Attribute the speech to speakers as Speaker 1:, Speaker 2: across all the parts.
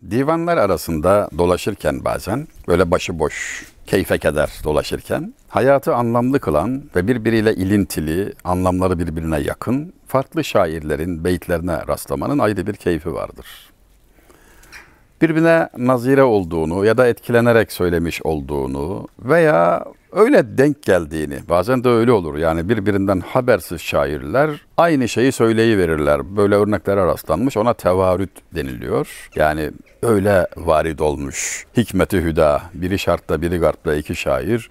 Speaker 1: Divanlar arasında dolaşırken bazen böyle başıboş, keyfe keder dolaşırken hayatı anlamlı kılan ve birbiriyle ilintili, anlamları birbirine yakın farklı şairlerin beyitlerine rastlamanın ayrı bir keyfi vardır. Birbirine nazire olduğunu ya da etkilenerek söylemiş olduğunu veya öyle denk geldiğini, bazen de öyle olur. Yani birbirinden habersiz şairler aynı şeyi söyleyiverirler. Böyle örneklere rastlanmış, ona tevarüt deniliyor. Yani öyle varid olmuş. Hikmet-i Hüda, biri şartta biri garpta iki şair,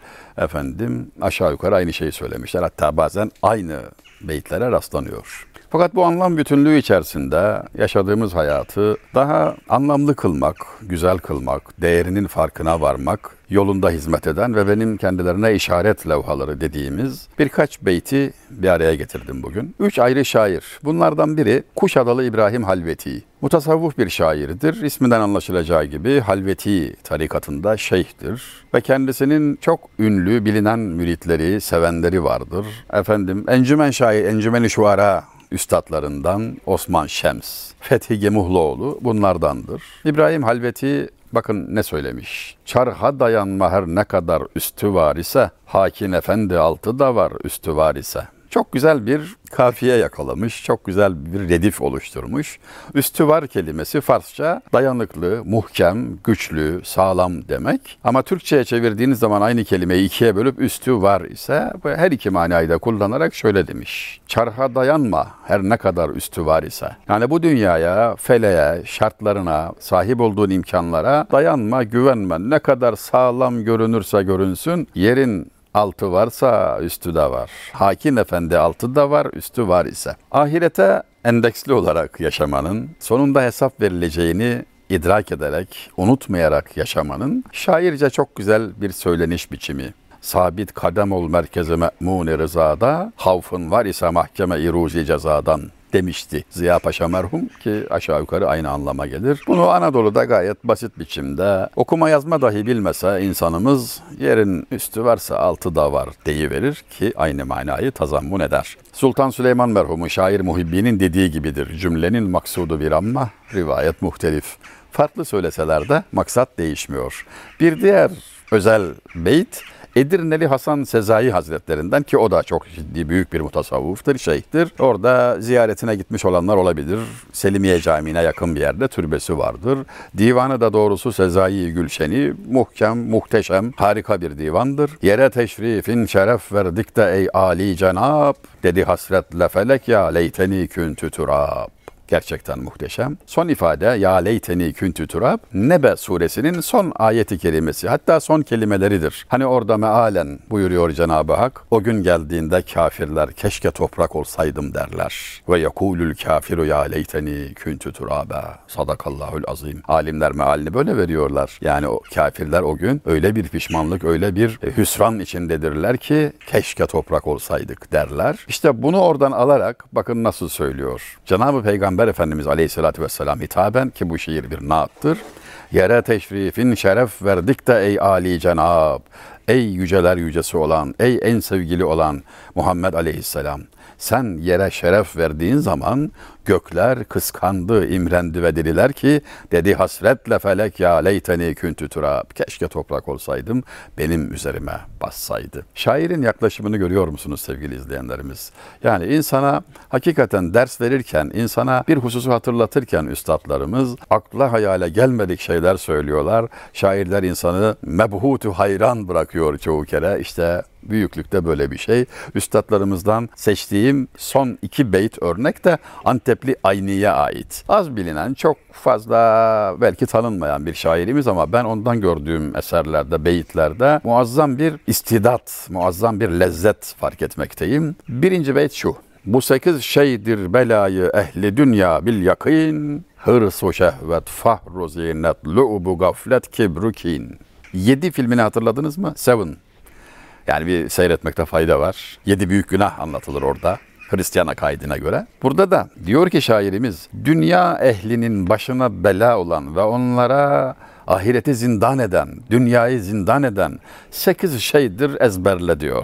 Speaker 1: aşağı yukarı aynı şeyi söylemişler. Hatta bazen aynı beytlere rastlanıyor. Fakat bu anlam bütünlüğü içerisinde yaşadığımız hayatı daha anlamlı kılmak, güzel kılmak, değerinin farkına varmak yolunda hizmet eden ve benim kendilerine işaret levhaları dediğimiz birkaç beyti bir araya getirdim bugün. 3 ayrı şair. Bunlardan biri Kuşadalı İbrahim Halveti. Mutasavvuf bir şairdir. İsminden anlaşılacağı gibi Halveti tarikatında şeyhtir. Ve kendisinin çok ünlü, bilinen müritleri, sevenleri vardır. Encümen şair, Encümen-i Şuara üstadlarından Osman Şems, Fethi Gemuhluoğlu bunlardandır. İbrahim Halveti bakın ne söylemiş. Çarha dayanma her ne kadar üstü var ise, Hakin Efendi altı da var üstü var ise. Çok güzel bir kafiye yakalamış, çok güzel bir redif oluşturmuş. Üstü var kelimesi Farsça dayanıklı, muhkem, güçlü, sağlam demek. Ama Türkçe'ye çevirdiğiniz zaman aynı kelimeyi ikiye bölüp üstü var ise her iki manayı da kullanarak şöyle demiş. Çarha dayanma her ne kadar üstü var ise. Yani bu dünyaya, feleğe, şartlarına, sahip olduğun imkanlara dayanma, güvenme. Ne kadar sağlam görünürse görünsün, yerin altı varsa üstü de var. Hakim Efendi altı da var, üstü var ise. Ahirete endeksli olarak yaşamanın, sonunda hesap verileceğini idrak ederek, unutmayarak yaşamanın şairce çok güzel bir söyleniş biçimi. Sabit kadem ol merkeze me'mun-i rızada, havfın var ise mahkeme-i ruzi cezadan demişti Ziya Paşa merhum ki aşağı yukarı aynı anlama gelir. Bunu Anadolu'da gayet basit biçimde okuma yazma dahi bilmese insanımız yerin üstü varsa altı da var deyiverir ki aynı manayı tazammun eder. Sultan Süleyman merhumu şair Muhibbi'nin dediği gibidir. Cümlenin maksudu bir ama rivayet muhtelif. Farklı söyleseler de maksat değişmiyor. Bir diğer özel beyt Edirneli Hasan Sezai Hazretlerinden ki o da çok ciddi büyük bir mutasavvıftır, şeyhtir. Orada ziyaretine gitmiş olanlar olabilir. Selimiye Camii'ne yakın bir yerde türbesi vardır. Divanı da doğrusu Sezai Gülşeni muhkem, muhteşem, harika bir divandır. Yere teşrifin şeref verdik de ey Ali Cenab, dedi hasretle felek ya leyteni küntü turab. Gerçekten muhteşem. Son ifade ya leyteni küntü turab Nebe suresinin son ayeti kerimesi. Hatta son kelimeleridir. Hani orada mealen buyuruyor Cenab-ı Hak. O gün geldiğinde kafirler keşke toprak olsaydım derler. Ve yekulül kafiru ya leyteni küntü turabe. Sadakallahul azim. Alimler mealini böyle veriyorlar. Yani o kafirler o gün öyle bir pişmanlık, öyle bir hüsran içindedirler ki keşke toprak olsaydık derler. İşte bunu oradan alarak bakın nasıl söylüyor. Cenab-ı Peygamber Efendimiz Aleyhisselatü Vesselam hitaben ki bu şiir bir naattır. Yere teşrifin şeref verdik de ey Ali Cenab, ey yüceler yücesi olan, ey en sevgili olan Muhammed Aleyhisselam. Sen yere şeref verdiğin zaman gökler kıskandı, imrendi ve dediler ki dedi hasretle felek ya leyteni küntü turab. Keşke toprak olsaydım benim üzerime bassaydı. Şairin yaklaşımını görüyor musunuz sevgili izleyenlerimiz? Yani insana hakikaten ders verirken, insana bir hususu hatırlatırken üstadlarımız akla hayale gelmedik şeyler söylüyorlar. Şairler insanı mebhutu hayran bırakıyor çoğu kere. İşte büyüklükte böyle bir şey. Üstadlarımızdan seçtiğim son 2 beyt örnek de Antepli Ayni'ye ait. Az bilinen, çok fazla belki tanınmayan bir şairimiz ama ben ondan gördüğüm eserlerde, beyitlerde muazzam bir istidat, muazzam bir lezzet fark etmekteyim. 1. beyt şu. Bu 8 şeydir belayı ehli dünya bil yakin, hırs-u şehvet, fahru zinet, lu'bu gaflet, kibru kin. 7 filmini hatırladınız mı? Seven. Yani bir seyretmekte fayda var. 7 büyük günah anlatılır orada. Hristiyan akaidine göre. Burada da diyor ki şairimiz, dünya ehlinin başına bela olan ve onlara ahireti zindan eden, dünyayı zindan eden 8 şeydir ezberle diyor.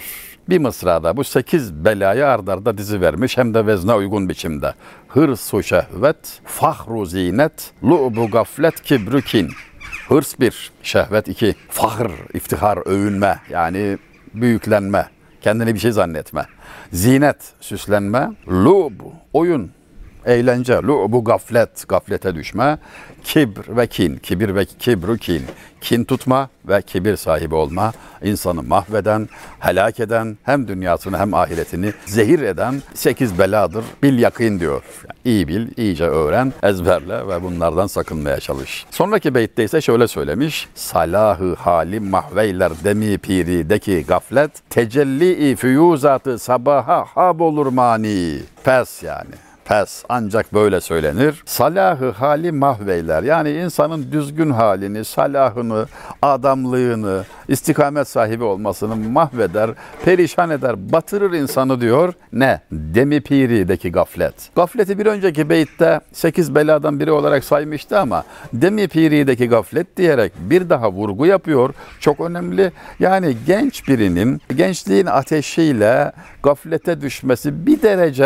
Speaker 1: bir mısrada bu 8 belayı ard arda dizi vermiş hem de vezne uygun biçimde. Hırsu şehvet, fahru zinet, lu'bu gaflet, kibru kin. Hırs 1, şehvet 2, fahr, iftihar, övünme yani büyüklenme, kendini bir şey zannetme. Zinet, süslenme, lu'b, oyun, eğlence, lu'bu gaflet, gaflete düşme, kibr ve kin, kibir ve kibru kin, kin tutma ve kibir sahibi olma, insanı mahveden, helak eden, hem dünyasını hem ahiretini zehir eden 8 beladır. Bil yakın diyor. Yani iyi bil, iyice öğren, ezberle ve bunlardan sakınmaya çalış. Sonraki beytte ise şöyle söylemiş. Salahı halim mahveyler demi pirideki gaflet, tecelli-i füyuzatı sabaha hab olur mani. Pes yani. Pes ancak böyle söylenir. Salahı hali mahveyler. Yani insanın düzgün halini, salahını, adamlığını, istikamet sahibi olmasını mahveder, perişan eder, batırır insanı diyor. Ne? Demi pirideki gaflet. Gafleti bir önceki beytte 8 beladan biri olarak saymıştı ama demi pirideki gaflet diyerek bir daha vurgu yapıyor. Çok önemli. Yani genç birinin gençliğin ateşiyle gaflete düşmesi bir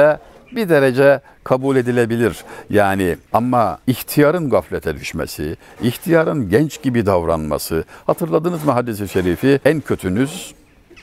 Speaker 1: derece kabul edilebilir. Yani ama ihtiyarın gaflete düşmesi, ihtiyarın genç gibi davranması, hatırladınız mı hadis-i şerifi? En kötünüz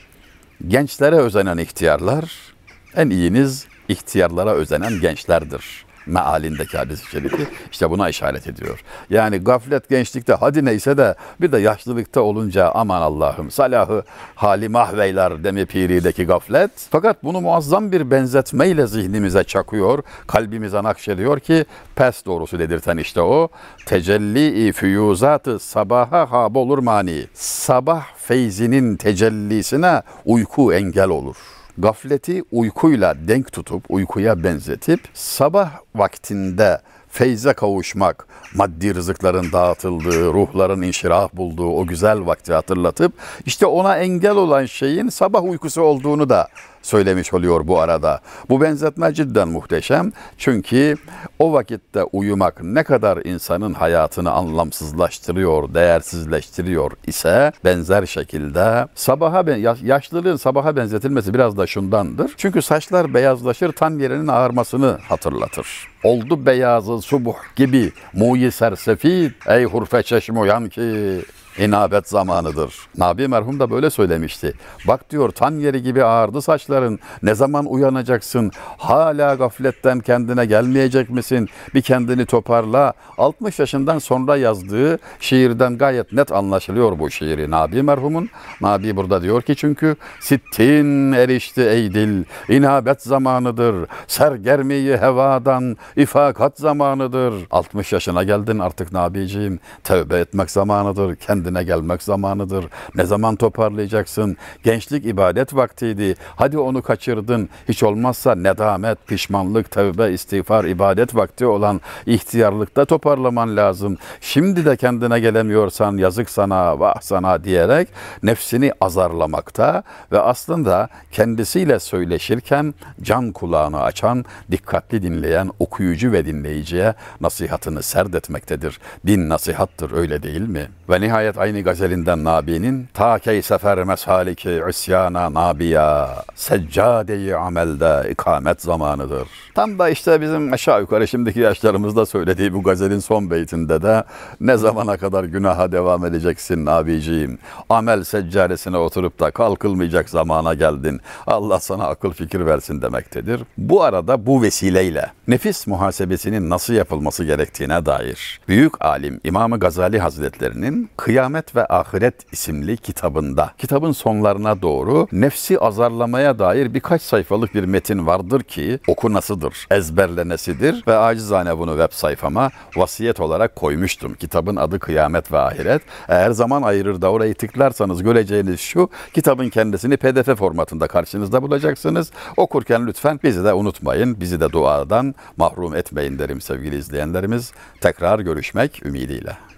Speaker 1: gençlere özenen ihtiyarlar, en iyiniz ihtiyarlara özenen gençlerdir. Mealindeki hadis-i şerifi işte buna işaret ediyor. Yani gaflet gençlikte hadi neyse de bir de yaşlılıkta olunca aman Allah'ım salahı hali mahveyler demi pirideki gaflet. Fakat bunu muazzam bir benzetmeyle zihnimize çakıyor, kalbimize nakşediyor ki pes doğrusu dedirten işte o. Tecelli-i füyuzatı sabaha hab olur mani. Sabah feyzinin tecellisine uyku engel olur. Gafleti uykuyla denk tutup, uykuya benzetip sabah vaktinde feyze kavuşmak, maddi rızıkların dağıtıldığı, ruhların inşirah bulduğu o güzel vakti hatırlatıp işte ona engel olan şeyin sabah uykusu olduğunu da söylemiş oluyor bu arada. Bu benzetme cidden muhteşem. Çünkü o vakitte uyumak ne kadar insanın hayatını anlamsızlaştırıyor, değersizleştiriyor ise benzer şekilde yaşlılığın sabaha benzetilmesi biraz da şundandır. Çünkü saçlar beyazlaşır, tan yerinin ağarmasını hatırlatır. Oldu beyazı subuh gibi muyi sersefid, ey hurfe çeşm uyan ki inabet zamanıdır. Nabi merhum da böyle söylemişti. Bak diyor tan yeri gibi ağardı saçların. Ne zaman uyanacaksın? Hala gafletten kendine gelmeyecek misin? Bir kendini toparla. 60 yaşından sonra yazdığı şiirden gayet net anlaşılıyor bu şiiri Nabi merhumun. Nabi burada diyor ki çünkü sittin erişti ey dil. İnabet zamanıdır. Sergermeyi hevadan ifakat zamanıdır. 60 yaşına geldin artık Nabiciğim. Tevbe etmek zamanıdır. Kendine gelmek zamanıdır. Ne zaman toparlayacaksın? Gençlik ibadet vaktiydi. Hadi onu kaçırdın. Hiç olmazsa nedamet, pişmanlık, tevbe, istiğfar, ibadet vakti olan ihtiyarlıkta toparlaman lazım. Şimdi de kendine gelemiyorsan yazık sana, vah sana diyerek nefsini azarlamakta ve aslında kendisiyle söyleşirken can kulağını açan, dikkatli dinleyen okuyucu ve dinleyiciye nasihatını serdetmektedir. Din nasihattır, öyle değil mi? Ve nihayet aynı gazelinden Nabi'nin ta key sefer mesaliki isyana nabiya seccade-i amelde ikamet zamanıdır. Tam da işte bizim aşağı yukarı şimdiki yaşlarımızda söylediği bu gazelin son beytinde de ne zamana kadar günaha devam edeceksin Nabiciğim? Amel seccadesine oturup da kalkılmayacak zamana geldin. Allah sana akıl fikir versin demektedir. Bu arada bu vesileyle nefis muhasebesinin nasıl yapılması gerektiğine dair büyük alim İmam-ı Gazali Hazretlerinin Kıyamet ve Ahiret isimli kitabında, kitabın sonlarına doğru nefsi azarlamaya dair birkaç sayfalık bir metin vardır ki okunasıdır, ezberlenesidir ve acizane bunu web sayfama vasiyet olarak koymuştum. Kitabın adı Kıyamet ve Ahiret. Eğer zaman ayırır da orayı tıklarsanız göreceğiniz şu, kitabın kendisini PDF formatında karşınızda bulacaksınız. Okurken lütfen bizi de unutmayın, bizi de duadan mahrum etmeyin derim sevgili izleyenlerimiz. Tekrar görüşmek ümidiyle.